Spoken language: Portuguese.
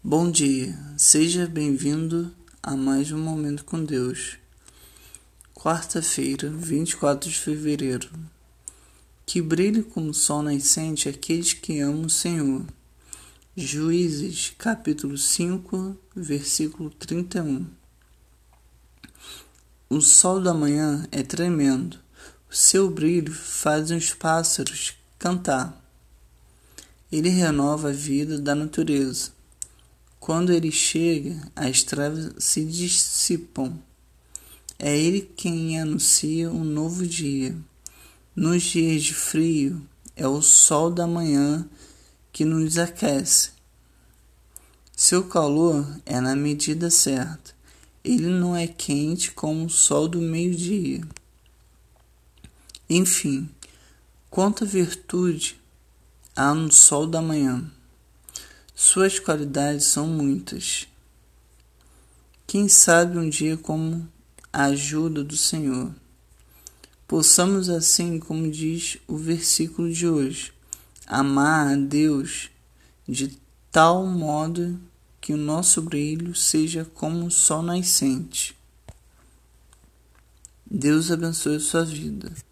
Bom dia, seja bem-vindo a mais um Momento com Deus. Quarta-feira, 24 de fevereiro. Que brilhe como o sol nascente aqueles que amam o Senhor. Juízes, capítulo 5, versículo 31. O sol da manhã é tremendo, o seu brilho faz os pássaros cantar. Ele renova a vida da natureza. Quando ele chega, as trevas se dissipam. É ele quem anuncia um novo dia. Nos dias de frio, é o sol da manhã que nos aquece. Seu calor é na medida certa. Ele não é quente como o sol do meio-dia. Enfim, quanta virtude há no sol da manhã. Suas qualidades são muitas. Quem sabe um dia como a ajuda do Senhor. Possamos assim, como diz o versículo de hoje, amar a Deus de tal modo que o nosso brilho seja como o sol nascente. Deus abençoe a sua vida.